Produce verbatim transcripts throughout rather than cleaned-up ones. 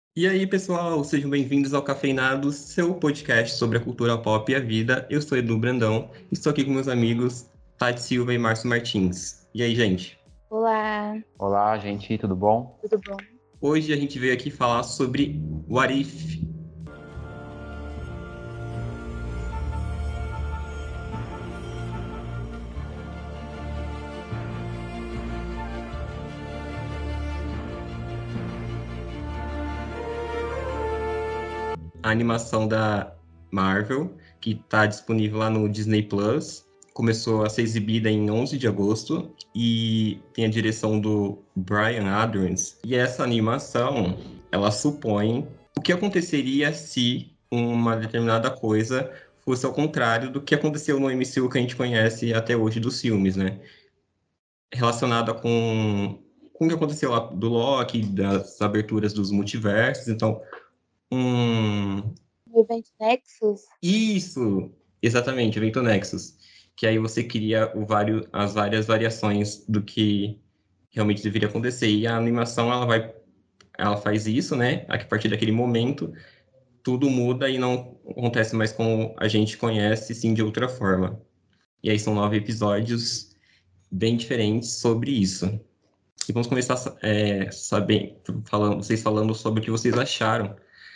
E aí, pessoal, sejam bem-vindos ao Cafeinados, seu podcast sobre a cultura pop e a vida. Eu sou Edu Brandão, estou aqui com meus amigos Tati Silva e Márcio Martins. E aí, gente? Olá, Olá, gente, tudo bom? tudo bom? Hoje a gente veio aqui falar sobre What If. A animação da Marvel, que está disponível lá no Disney Plus. Começou a ser exibida em onze de agosto e tem a direção do Bryan Adams. E essa animação, ela supõe o que aconteceria se uma determinada coisa fosse ao contrário do que aconteceu no M C U que a gente conhece até hoje dos filmes, né? Relacionada com, com o que aconteceu lá do Loki, das aberturas dos multiversos. Então, um, O Event Nexus? isso, exatamente, Evento Nexus. Que aí você cria o vário, as várias variações do que realmente deveria acontecer. E a animação, ela vai, ela faz isso, né? A partir daquele momento, tudo muda e não acontece mais como a gente conhece, sim, de outra forma. E aí são nove episódios bem diferentes sobre isso. E vamos começar é, saber, falando, vocês falando sobre o que vocês acharam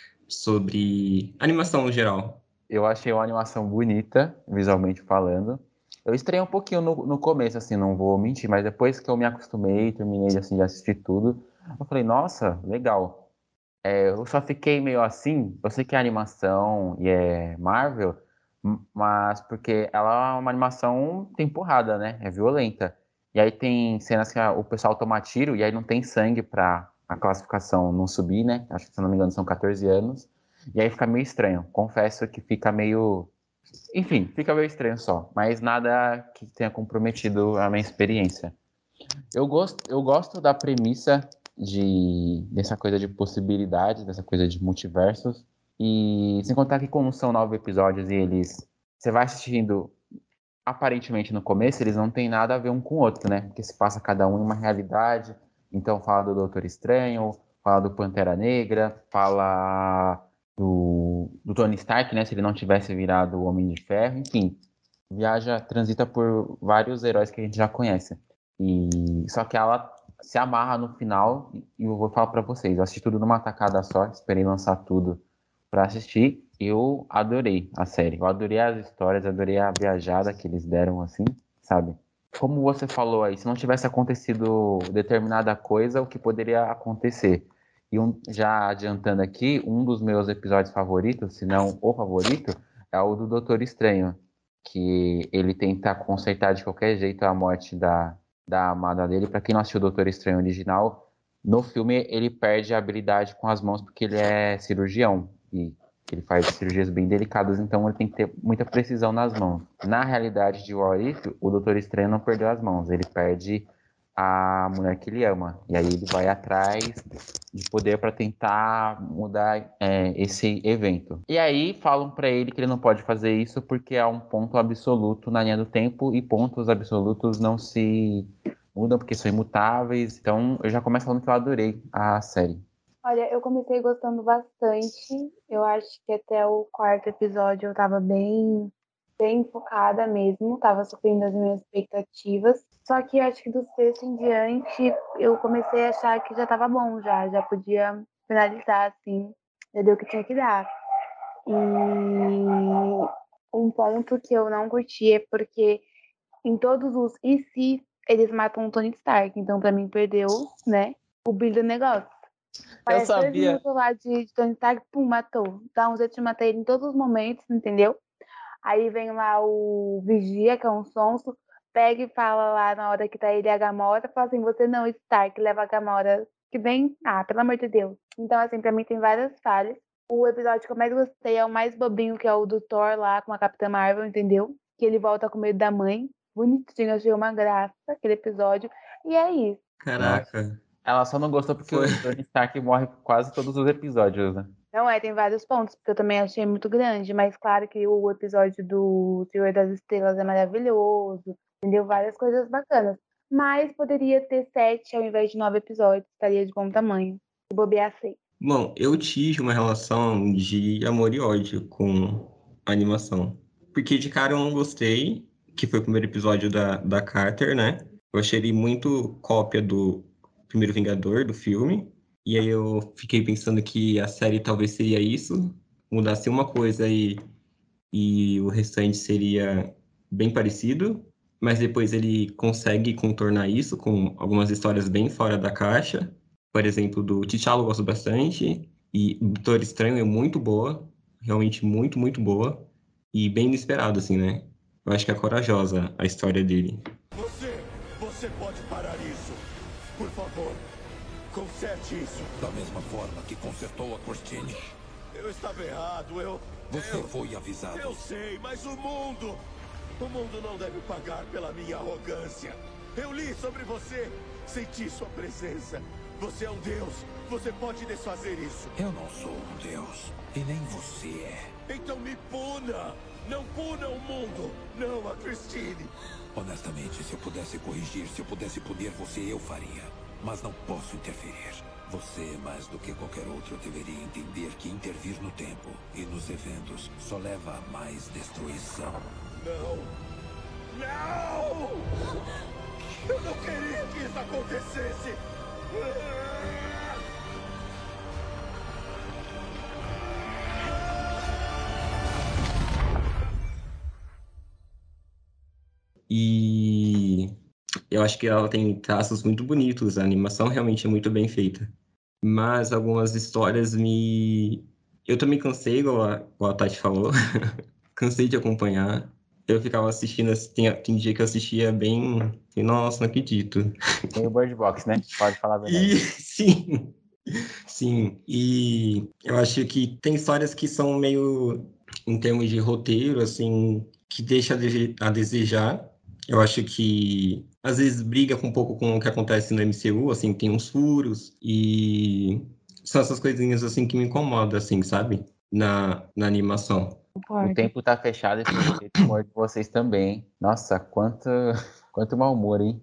sobre animação no geral. Eu achei uma animação bonita, visualmente falando. Eu estranhei um pouquinho no, no começo, assim, não vou mentir, mas depois que eu me acostumei, terminei assim, de assistir tudo, eu falei, nossa, legal. É, eu só fiquei meio assim, eu sei que é animação e é Marvel, m- mas porque ela é uma animação tem porrada, né? É violenta. E aí tem cenas que a- o pessoal toma tiro e aí não tem sangue pra a classificação não subir, né? Acho que, se eu não me engano, são quatorze anos. E aí fica meio estranho. Confesso que fica meio. Enfim, fica meio estranho só. Mas nada que tenha comprometido a minha experiência. Eu gosto, eu gosto da premissa de, dessa coisa de possibilidades, dessa coisa de multiversos. E sem contar que como são nove episódios e eles. Você vai assistindo, aparentemente no começo, eles não têm nada a ver um com o outro, né? Porque se passa cada um em uma realidade. Então fala do Doutor Estranho, fala do Pantera Negra, fala do, do Tony Stark, né? Se ele não tivesse virado o Homem de Ferro, enfim. Viaja, transita por vários heróis que a gente já conhece. E só que ela se amarra no final, e eu vou falar pra vocês, eu assisti tudo numa tacada só, esperei lançar tudo pra assistir. Eu adorei a série, eu adorei as histórias, adorei a viajada que eles deram assim, sabe? Como você falou aí, se não tivesse acontecido determinada coisa, o que poderia acontecer? E um, já adiantando aqui, um dos meus episódios favoritos, se não o favorito, é o do Doutor Estranho, que ele tenta consertar de qualquer jeito a morte da, da amada dele. Pra quem não assistiu o Doutor Estranho original, no filme ele perde a habilidade com as mãos porque ele é cirurgião e ele faz cirurgias bem delicadas, então ele tem que ter muita precisão nas mãos. Na realidade de What If, o Doutor Estranho não perdeu as mãos, ele perde a mulher que ele ama. E aí ele vai atrás de poder para tentar mudar é, esse evento. E aí falam para ele que ele não pode fazer isso porque há um ponto absoluto na linha do tempo e pontos absolutos não se mudam porque são imutáveis. Então eu já começo falando que eu adorei a série. Olha, eu comecei gostando bastante. Eu acho que até o quarto episódio eu tava bem, bem focada mesmo, tava suprindo as minhas expectativas. Só que eu acho que do sexto em diante eu comecei a achar que já tava bom já, já podia finalizar assim, já deu o que tinha que dar. E um ponto que eu não curti é porque em todos os e se eles matam o Tony Stark, então pra mim perdeu, né, o brilho do negócio. Eu Parece dois sabia. minutos lá de, de Tony Stark, pum, matou. Dá um jeito de matar ele em todos os momentos, entendeu? Aí vem lá o Vigia, que é um sonso, pega e fala lá na hora que tá ele e a Gamora, fala assim, você não, Stark, leva a Gamora, que vem, ah, pelo amor de Deus. Então, assim, pra mim tem várias falhas. O episódio que eu mais gostei é o mais bobinho, que é o do Thor lá com a Capitã Marvel, entendeu? Que ele volta com medo da mãe. Bonitinho, achei uma graça aquele episódio. E é isso. Nossa. Caraca, Ela só não gostou porque foi. o Tony Stark morre quase todos os episódios, né? Não é, tem vários pontos, porque eu também achei muito grande, mas claro que o episódio do Senhor das Estrelas é maravilhoso, entendeu? Várias coisas bacanas. Mas poderia ter sete ao invés de nove episódios, estaria de bom tamanho. Se bobear seis. Bom, eu tive uma relação de amor e ódio com a animação. Porque de cara eu não gostei, que foi o primeiro episódio da, da Carter, né? Eu achei ele muito cópia do primeiro Vingador, do filme. E aí eu fiquei pensando que a série talvez seria isso, mudasse uma coisa e, e o restante seria bem parecido. Mas depois ele consegue contornar isso com algumas histórias bem fora da caixa. Por exemplo, do T'Challa eu gosto bastante. E Doutor Estranho é muito boa. Realmente muito, muito boa. E bem inesperado, assim, né? Eu acho que é corajosa a história dele. Você, você pode parar isso. Por favor, conserte isso. Da mesma forma que consertou a Christine. Eu estava errado, eu... Você eu, foi avisado. Eu sei, mas o mundo... O mundo não deve pagar pela minha arrogância. Eu li sobre você, senti sua presença. Você é um deus, você pode desfazer isso. Eu não sou um deus, e nem você é. Então me puna! Não puna o mundo, não a Christine. Honestamente, se eu pudesse corrigir, se eu pudesse punir você, eu faria. Mas não posso interferir. Você, mais do que qualquer outro, deveria entender que intervir no tempo e nos eventos só leva a mais destruição. Não! Não! Eu não queria que isso acontecesse! E eu acho que ela tem traços muito bonitos. A animação realmente é muito bem feita. Mas algumas histórias me... Eu também cansei, igual a, igual a Tati falou. Cansei de acompanhar. Eu ficava assistindo, assim, tem, tem dia que eu assistia bem... e, Nossa, não acredito. Tem o Bird Box, né? Pode falar a verdade. E sim, sim. E eu acho que tem histórias que são meio, em termos de roteiro, assim, que deixa a dese- a desejar. Eu acho que às vezes briga com um pouco com o que acontece no M C U, assim, tem uns furos e são essas coisinhas assim que me incomodam, assim, sabe? Na, na animação. O Concordo. tempo tá fechado e pelo jeito o humor de vocês também, hein? Nossa, quanto, quanto mau humor, hein?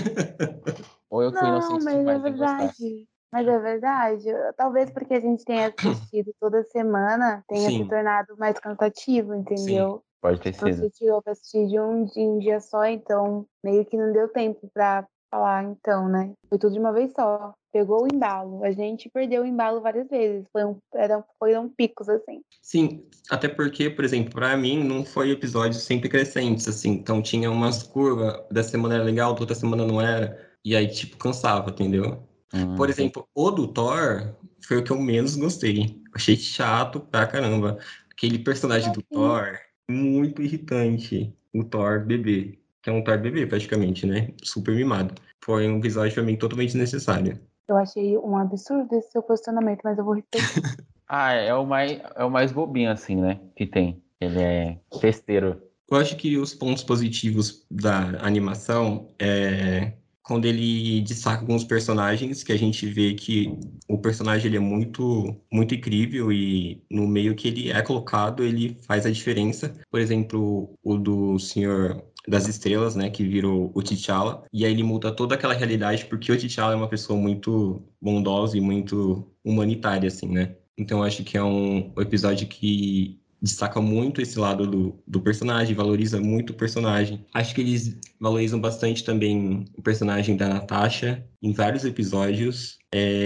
Ou eu que fui Não, inocente mas é demais em gostar. verdade. Mas é verdade. Talvez porque a gente tenha assistido toda semana, tenha se Sim, tornado mais cansativo, sim. entendeu? Pode ter Tipo, sido. você tirou pra assistir de um dia em dia só, então meio que não deu tempo pra falar, então, né? Foi tudo de uma vez só. Pegou o embalo. A gente perdeu o embalo várias vezes. Foi um, eram, foram picos, assim. Sim, até porque, por exemplo, para mim não foi episódios sempre crescentes, assim, então tinha umas curvas, da semana era legal, da outra semana não era, e aí, tipo, cansava, entendeu? Por Hum, tem- exemplo, o do Thor foi o que eu menos gostei. Achei chato pra caramba. Aquele personagem Como do assim? Thor, muito irritante. O Thor bebê, que é um Thor bebê praticamente, né? Super mimado. Foi um episódio pra mim totalmente desnecessário. Eu achei um absurdo esse seu posicionamento, mas eu vou respeitar. Ah, é o mais, é o mais bobinho, assim, né? Que tem. Ele é festeiro. Eu acho que os pontos positivos da animação é quando ele destaca alguns personagens que a gente vê que o personagem ele é muito muito incrível e no meio que ele é colocado ele faz a diferença. Por exemplo, o do Senhor das Estrelas, né, que virou o T'Challa, e aí ele muda toda aquela realidade porque o T'Challa é uma pessoa muito bondosa e muito humanitária assim, né? Então eu acho que é um episódio que destaca muito esse lado do, do personagem, valoriza muito o personagem. Acho que eles valorizam bastante também o personagem da Natasha em vários episódios.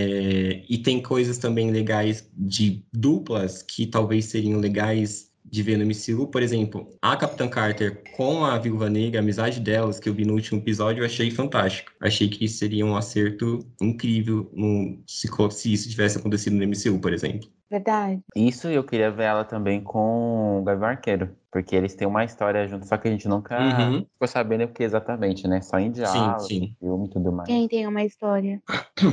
É, e tem coisas também legais de duplas que talvez seriam legais de ver no M C U. Por exemplo, a Capitã Carter com a Viúva Negra, a amizade delas, que eu vi no último episódio, eu achei fantástico. Achei que seria um acerto incrível no, se, se isso tivesse acontecido no M C U, por exemplo. Verdade. Isso eu queria ver ela também com o Gavião Arqueiro. Porque eles têm uma história junto, só que a gente nunca Uhum. ficou sabendo o que exatamente, né? Só em Sim, diálogo, sim. filme e tudo mais. Quem tem uma história?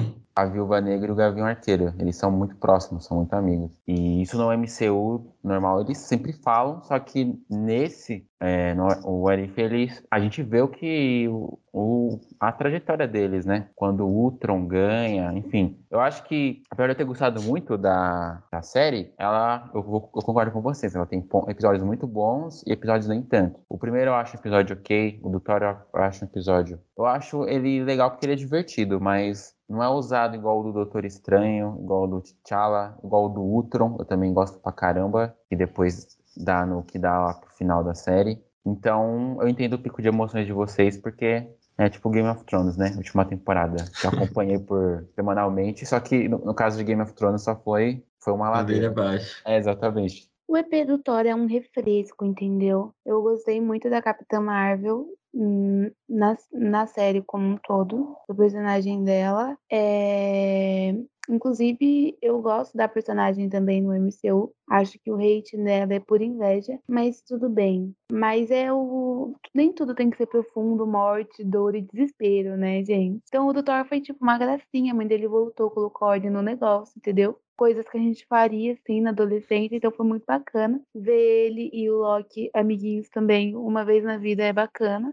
A Viúva Negra e o Gavião Arqueiro, eles são muito próximos, são muito amigos. E isso no M C U normal eles sempre falam, só que nesse, é, no, o What If, eles, a gente vê o que o, o- a trajetória deles, né? Quando o Ultron ganha, enfim. Eu acho que, apesar de eu ter gostado muito da, da série, ela, eu, vou- eu concordo com vocês, ela tem pon- episódios muito bons e episódios nem tanto. O primeiro eu acho um episódio ok, o do Thor eu acho um episódio. Eu acho ele legal porque ele é divertido, mas Não é usado igual o do Doutor Estranho, igual o do T'Challa, igual o do Ultron. Eu também gosto pra caramba. E depois dá no que dá lá pro final da série. Então, eu entendo o pico de emoções de vocês, porque é tipo Game of Thrones, né? Última temporada. Que eu acompanhei por semanalmente. Só que no, no caso de Game of Thrones só foi, foi uma Ladeira ladeira. abaixo. É, exatamente. O E P do Thor é um refresco, entendeu? Eu gostei muito da Capitã Marvel hum, na, na série como um todo, do personagem dela. É... Inclusive, eu gosto da personagem também no M C U. Acho que o hate dela é por inveja, mas tudo bem. Mas é o. Nem tudo tem que ser profundo, morte, dor e desespero, né, gente? Então o do Thor foi tipo uma gracinha. A mãe dele voltou, colocou ordem no negócio, entendeu? Coisas que a gente faria, assim, na adolescência, então foi muito bacana. Ver ele e o Loki amiguinhos também, uma vez na vida, é bacana.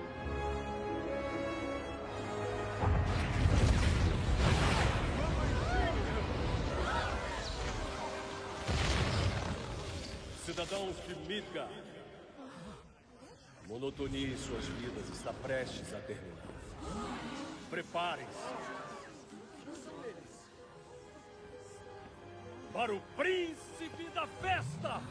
Cidadãos de Midgard, a monotonia em suas vidas está prestes a terminar. Preparem-se para o príncipe da festa!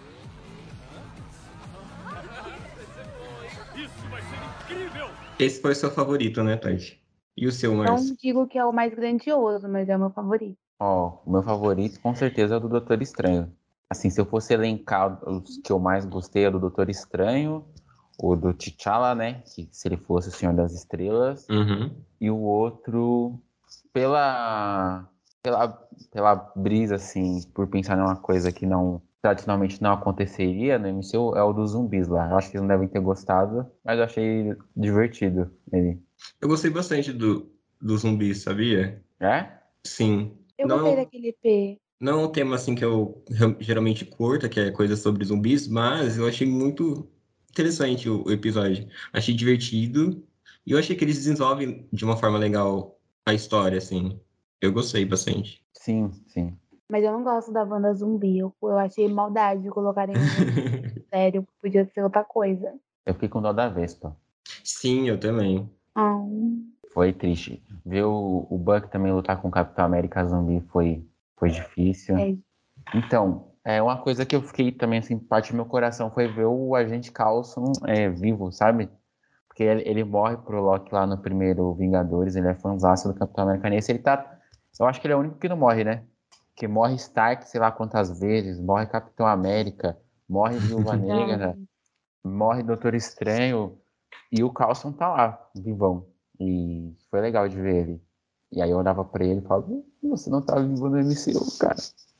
Isso vai ser incrível! Esse foi o seu favorito, né, Tati? E o seu, Não Márcio? digo que é o mais grandioso, mas é o meu favorito. Ó, o meu favorito com certeza é o do Doutor Estranho. Assim, se eu fosse elencar os que eu mais gostei, é do Doutor Estranho, o do T'Challa, né? Que se ele fosse o Senhor das Estrelas. Uhum. E o outro, pela, pela, pela brisa, assim, por pensar numa coisa que não tradicionalmente não aconteceria no M C U, é o dos zumbis lá. Eu acho que eles não devem ter gostado, mas eu achei divertido ele. Eu gostei bastante do, do zumbi, sabia? É? Sim. Eu gostei Não, daquele E P. não é um tema assim que eu re- geralmente curto, que é coisa sobre zumbis, mas eu achei muito interessante o, o episódio. Achei divertido e eu achei que eles desenvolvem de uma forma legal a história, assim. Eu gostei bastante. Sim, sim. Mas eu não gosto da Wanda zumbi. Eu, eu achei maldade de colocarem um zumbi. Sério, podia ser outra coisa. Eu fiquei com dó da Vespa. Sim, eu também. Ah, Foi triste. Ver o, o Buck também lutar com o Capitão América zumbi foi, foi difícil. é. Então, é uma coisa que eu fiquei também, assim, parte do meu coração foi ver o Agente Coulson é, vivo, sabe? Porque ele, ele morre pro Loki lá no primeiro Vingadores, ele é fãzaço do Capitão América. Nesse ele tá... Eu acho que ele é o único que não morre, né? Que morre Stark, sei lá quantas vezes, morre Capitão América, morre Viúva Negra, morre Doutor Estranho, e o Coulson tá lá, vivão. E foi legal de ver ele. E aí eu olhava pra ele e falava, "Hum, você não tá vivo no M C U, cara."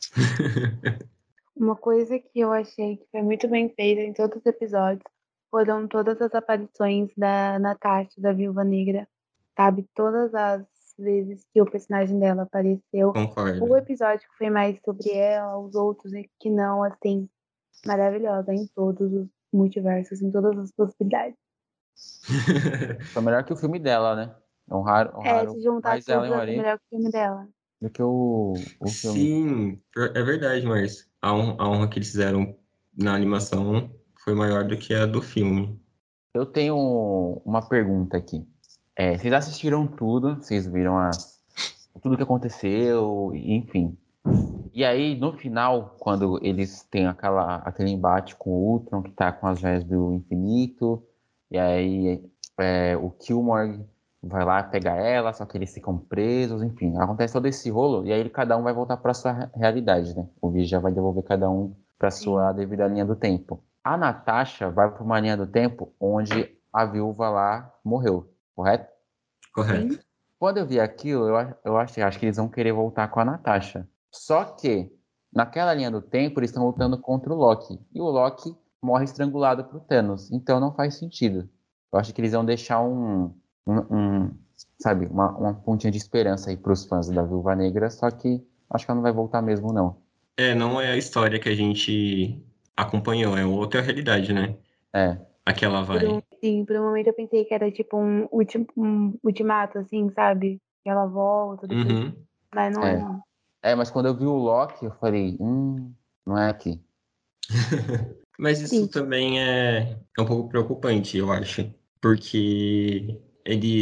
Uma coisa que eu achei que foi muito bem feita em todos os episódios foram todas as aparições da Natasha, da Viúva Negra, sabe? Todas as vezes que o personagem dela apareceu. Concordo. O episódio que foi mais sobre ela, os outros que não, assim, maravilhosa em todos os multiversos, em todas as possibilidades. Foi melhor que o filme dela, né? Honraram, É, honraram se juntar mais ela todos, em vai ser Maria melhor que o filme dela. do que o, o filme. Sim, é verdade, Márcio. A honra, a honra que eles fizeram na animação foi maior do que a do filme. Eu tenho uma pergunta aqui. É, vocês assistiram tudo, vocês viram as, tudo que aconteceu, enfim. E aí, no final, quando eles têm aquela, aquele embate com o Ultron, que tá com as joias do infinito, e aí é, o Killmonger vai lá pegar ela, só que eles ficam presos, enfim, acontece todo esse rolo, e aí cada um vai voltar para sua re- realidade, né? O Vigia vai devolver cada um para sua devida linha do tempo. A Natasha vai para uma linha do tempo onde a viúva lá morreu, correto? Correto. Sim. Quando eu vi aquilo, eu, ach- eu achei, acho que eles vão querer voltar com a Natasha. Só que, naquela linha do tempo, eles estão lutando contra o Loki. E o Loki morre estrangulado pro Thanos. Então não faz sentido. Eu acho que eles vão deixar um, um, um, sabe, uma, uma pontinha de esperança aí pros fãs da Viúva Negra. Só que acho que ela não vai voltar mesmo, não. É, não é a história que a gente acompanhou, é outra realidade, né? É, A que ela Por um, vai. sim, por um momento eu pensei que era tipo um, ulti, um ultimato, assim, sabe? Que ela volta depois. Uhum. Mas não é, é. não. É, mas quando eu vi o Loki, eu falei, hum, não é aqui. Mas isso Triste. também é, é um pouco preocupante, eu acho. Porque ele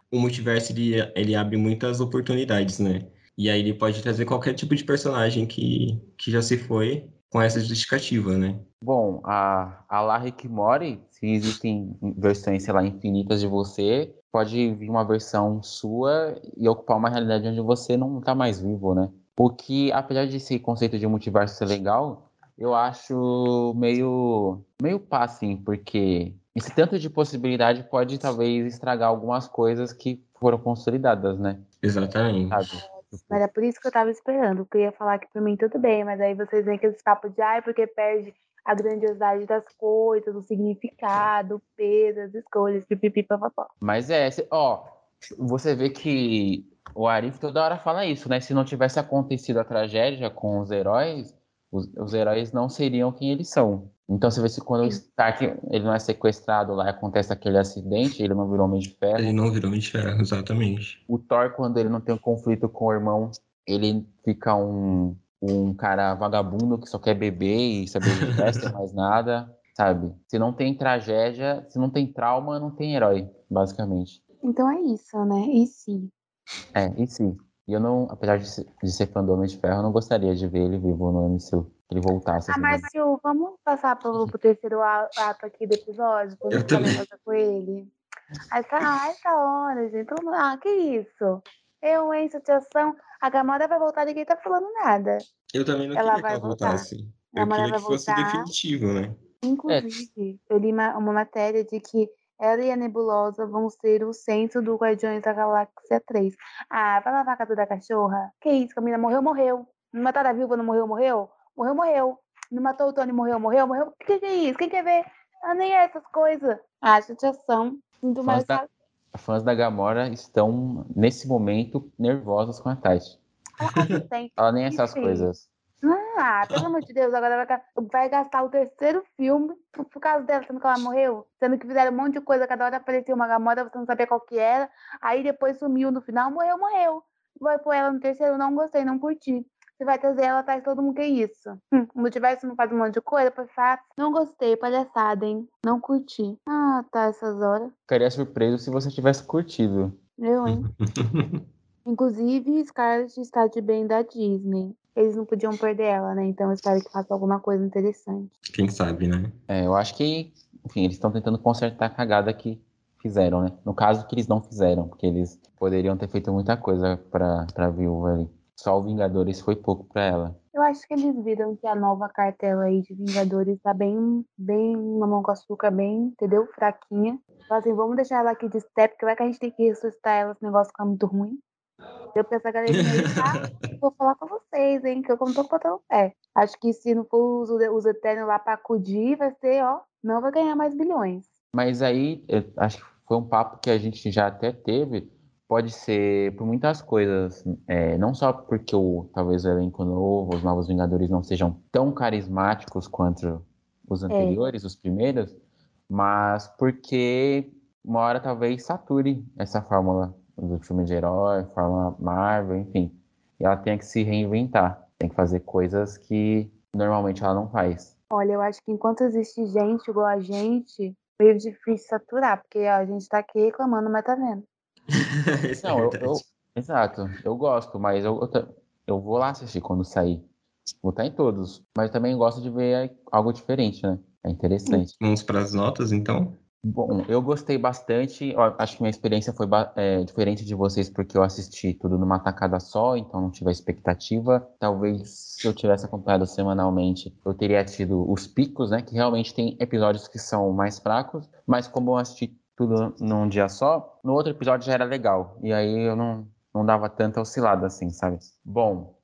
o multiverso ele, ele abre muitas oportunidades, né? E aí ele pode trazer qualquer tipo de personagem que, que já se foi com essa justificativa, né? Bom, a, a lá Rick e Morty, se existem versões, sei lá, infinitas de você, pode vir uma versão sua e ocupar uma realidade onde você não tá mais vivo, né? O que, apesar de esse conceito de multiverso ser legal, eu acho meio, meio pá, assim, porque esse tanto de possibilidade pode talvez estragar algumas coisas que foram consolidadas, né? Exatamente. Sabe? Mas é por isso que eu tava esperando, porque eu ia falar que pra mim tudo bem, mas aí vocês vêm aqueles papos de ai, porque perde a grandiosidade das coisas, o significado, o peso, as escolhas, pipipi, papapá. Mas é, cê- ó, você vê que o Arif toda hora fala isso, né? Se não tivesse acontecido a tragédia com os heróis, os, os heróis não seriam quem eles são. Então você vê se quando o Sim. Stark ele não é sequestrado lá e acontece aquele acidente, ele não virou Homem de Ele Ferro. não virou Homem de Ferro, exatamente. O Thor, quando ele não tem um conflito com o irmão, ele fica um, um cara vagabundo que só quer beber e saber de resto e mais nada, sabe? Se não tem tragédia, se não tem trauma, não tem herói, basicamente. Então é isso, né? E sim. É, e sim. E eu não, apesar de ser, de ser fã do Homem de Ferro, eu não gostaria de ver ele vivo no M C U. Que ele voltasse a Ah, ser vivo. Márcio, vamos passar pro, pro terceiro a- ato aqui do episódio, pra eu não Eu ficar também. nervosa com ele. Aí tá, ah, essa hora, gente. Todo mundo, ah, que isso? Eu, em situação, a Gamora vai voltar, ninguém tá falando nada. Eu também não Ela queria que vai ela voltar. voltasse. A Eu Gamora queria vai que fosse voltar. definitivo, né? É, Inclusive, eu li uma, uma matéria de que ela e a Nebulosa vão ser o centro do Guardiões da Galáxia três. Ah, vai lavar a casa da cachorra? Que isso, Camila? Morreu, morreu. Não matou a viúva, não morreu, morreu? Morreu, morreu. Não matou o Tony, morreu, morreu, morreu? O que, que é isso? Quem quer ver? Ah, nem é essas coisas. Ah, chateação. Sinto fãs mais, da, sabe? fãs da Gamora estão, nesse momento, nervosos com a Tati. Ela competente. Ela nem essas Enfim. coisas. Ah, pelo amor de Deus, agora vai, ga- vai gastar o terceiro filme por, por causa dela, sendo que ela morreu. Sendo que fizeram um monte de coisa, cada hora aparecia uma Gamora, você não sabia qual que era. Aí depois sumiu no final, morreu, morreu. Vai pôr ela no terceiro, não gostei, não curti. Você vai trazer ela atrás de todo mundo, que isso? Hum, o multiverso não faz um monte de coisa, foi fácil. Não gostei, palhaçada, hein? Não curti. Ah, tá, essas horas. Ficaria surpreso se você tivesse curtido. Eu, hein? Inclusive, Scarlett está de bem da Disney. Eles não podiam perder ela, né? Então eu espero que faça alguma coisa interessante. Quem sabe, né? É, eu acho que, enfim, eles estão tentando consertar a cagada que fizeram, né? No caso que eles não fizeram, porque eles poderiam ter feito muita coisa pra, pra viúva ali. Só o Vingadores foi pouco pra ela. Eu acho que eles viram que a nova cartela aí de Vingadores tá bem, bem mamão com açúcar, bem, entendeu? Fraquinha. Falaram assim, vamos deixar ela aqui de step, porque vai que a gente tem que ressuscitar ela, esse negócio ficar muito ruim. Eu penso a galerinha aí, tá? Vou falar com vocês, hein, que eu não tô botando pé. Acho que se não for os, os Eternos lá pra acudir, vai ser, ó, não vai ganhar mais bilhões. Mas aí, eu acho que foi um papo que a gente já até teve, pode ser por muitas coisas, é, não só porque o, talvez o elenco novo, os novos Vingadores não sejam tão carismáticos quanto os É, anteriores, os primeiros, mas porque uma hora talvez sature essa fórmula do filme de herói, fórmula Marvel, enfim, e ela tenha que se reinventar, tem que fazer coisas que normalmente ela não faz. olha, eu acho que enquanto existe gente igual a gente, meio difícil saturar, porque ó, a gente tá aqui reclamando, mas tá vendo. Isso é Não, eu, eu- verdade. exato, eu gosto, mas eu, eu, ta- eu vou lá assistir quando sair. Vou estar em todos, mas também gosto de ver algo diferente, né? É interessante. Vamos para as notas, então? Bom, eu gostei bastante. Ó, acho que minha experiência foi ba- é, diferente de vocês, porque eu assisti tudo numa tacada só, então não tive a expectativa. Talvez se eu tivesse acompanhado semanalmente, eu teria tido os picos, né? Que realmente tem episódios que são mais fracos, mas como eu assisti tudo num dia só, no outro episódio já era legal. E aí eu não, não dava tanta oscilada assim, sabe? Bom,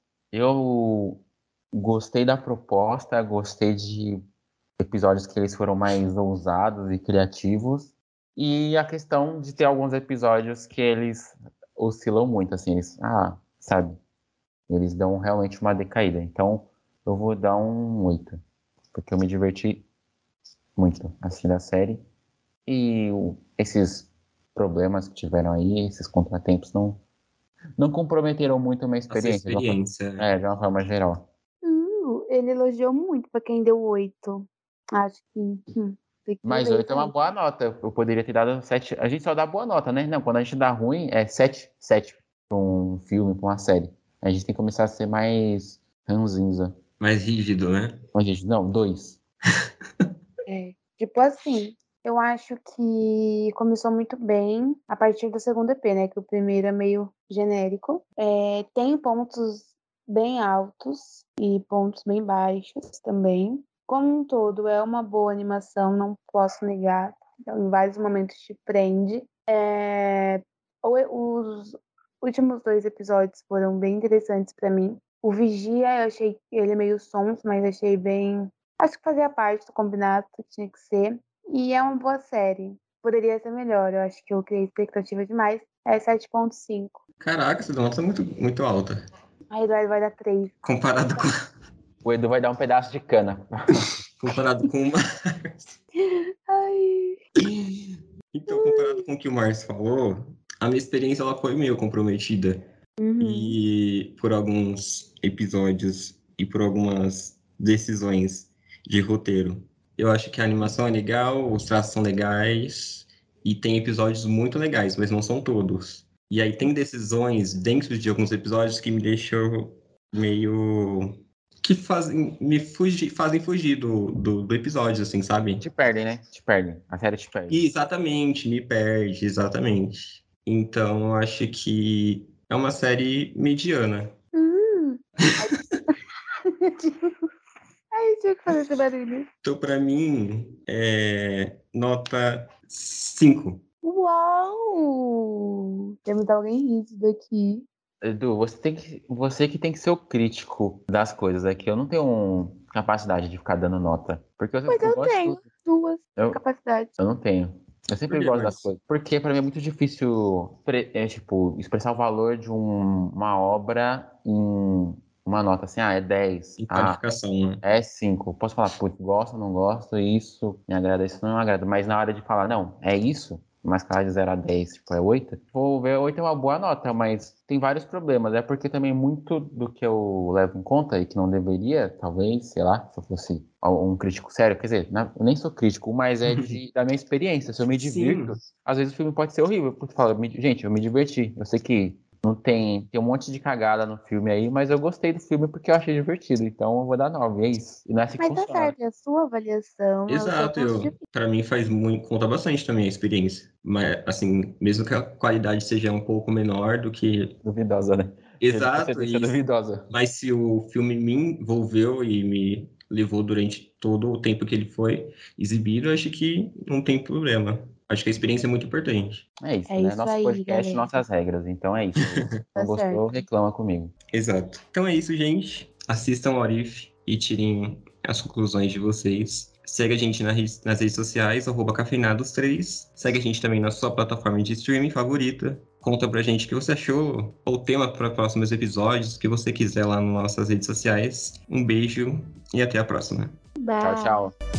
eu gostei da proposta, gostei de episódios que eles foram mais ousados e criativos. E a questão de ter alguns episódios que eles oscilam muito, assim, eles, ah, sabe, eles dão realmente uma decaída. Então, eu vou dar um oito, porque eu me diverti muito assistindo a série. E o- esses problemas que tiveram aí, esses contratempos, não, não comprometeram muito a minha Essa experiência, de uma forma, experiência. é, de uma forma geral. Uh, ele elogiou muito pra quem deu oito. Acho que. hum. Tem que Mas ver oito é isso uma aí. boa nota. Eu poderia ter dado sete. A gente só dá boa nota, né? Não, quando a gente dá ruim, é sete, sete pra um filme, pra uma série. A gente tem que começar a ser mais ranzinza. Mais rígido, né? Mas, gente, não, dois. É, tipo assim, eu acho que começou muito bem a partir do segundo E P, né? Que o primeiro é meio genérico. É, tem pontos bem altos e pontos bem baixos também. Como um todo, é uma boa animação, não posso negar. Então, em vários momentos te prende. É, o- os últimos dois episódios foram bem interessantes pra mim. O Vigia, eu achei ele meio sonso, mas achei bem. Acho que fazia parte do combinado, tinha que ser. E é uma boa série. Poderia ser melhor, eu acho que eu criei expectativa demais. É sete ponto cinco. Caraca, essa nota é muito, muito alta. A Eduardo vai dar três. Comparado com, O Edu vai dar um pedaço de cana. comparado com uma. Ai. Então, comparado com o que o Márcio falou, a minha experiência ela foi meio comprometida. Uhum. E por alguns episódios e por algumas decisões de roteiro. Eu acho que a animação é legal, os traços são legais e tem episódios muito legais, mas não são todos. E aí tem decisões dentro de alguns episódios que me deixam meio que fazem me fugir, fazem fugir do, do, do episódio, assim, sabe? Te perdem, né? Te perdem. A série te perde. E exatamente, me perde, exatamente. Então, eu acho que é uma série mediana. Hum. Ai, eu tinha que fazer esse barulho. Então, para mim, é nota cinco. Uau! Temos alguém rígido aqui. Edu, você, tem que, você que tem que ser o crítico das coisas. É que eu não tenho um- capacidade de ficar dando nota. Porque eu, Mas eu eu gosto de tenho tudo. duas Eu, capacidades. eu não tenho. Eu sempre Por quê, gosto das Márcio? coisas. Porque pra mim é muito difícil pre- é, tipo, expressar o valor de um- uma obra em uma nota assim, ah, é dez. De Ah, qualificação, né? é cinco. Posso falar, putz, gosto, não gosto, isso me agrada, isso não me agrada. Mas na hora de falar, não, é isso, uma escala de zero a dez, tipo, é oito. Vou ver, oito é uma boa nota, mas tem vários problemas. É porque também muito do que eu levo em conta e que não deveria, talvez, sei lá, se eu fosse um crítico sério, quer dizer, não- eu nem sou crítico, mas é de, da minha experiência. Se eu me divirto, Sim, às vezes o filme pode ser horrível, porque fala, "Me- gente, eu me diverti. Eu sei que não tem, tem um monte de cagada no filme aí, mas eu gostei do filme porque eu achei divertido. Então eu vou dar nove, é isso. E não é assim que Mas tá funciona. certo, é a sua avaliação, é o seu exato. ponto de Eu, para mim faz muito, conta bastante também a experiência. Mas, assim, mesmo que a qualidade seja um pouco menor do que. Duvidosa, né? Cheio de Exato, procedência isso. duvidosa. Mas se o filme me envolveu e me levou durante todo o tempo que ele foi exibido, eu acho que não tem problema. Acho que a experiência é muito importante. É isso, É né? isso Nosso aí, podcast, galera. nossas regras. Então é isso. Tá Não gostou, certo. reclama comigo. Exato. Então é isso, gente. Assistam o Orif e tirem as conclusões de vocês. Segue a gente na res- nas redes sociais, arroba cafeinados três. Segue a gente também na sua plataforma de streaming favorita. Conta pra gente o que você achou, ou tema para próximos episódios, o que você quiser lá nas nossas redes sociais. Um beijo e até a próxima. Tchau, Bye. tchau.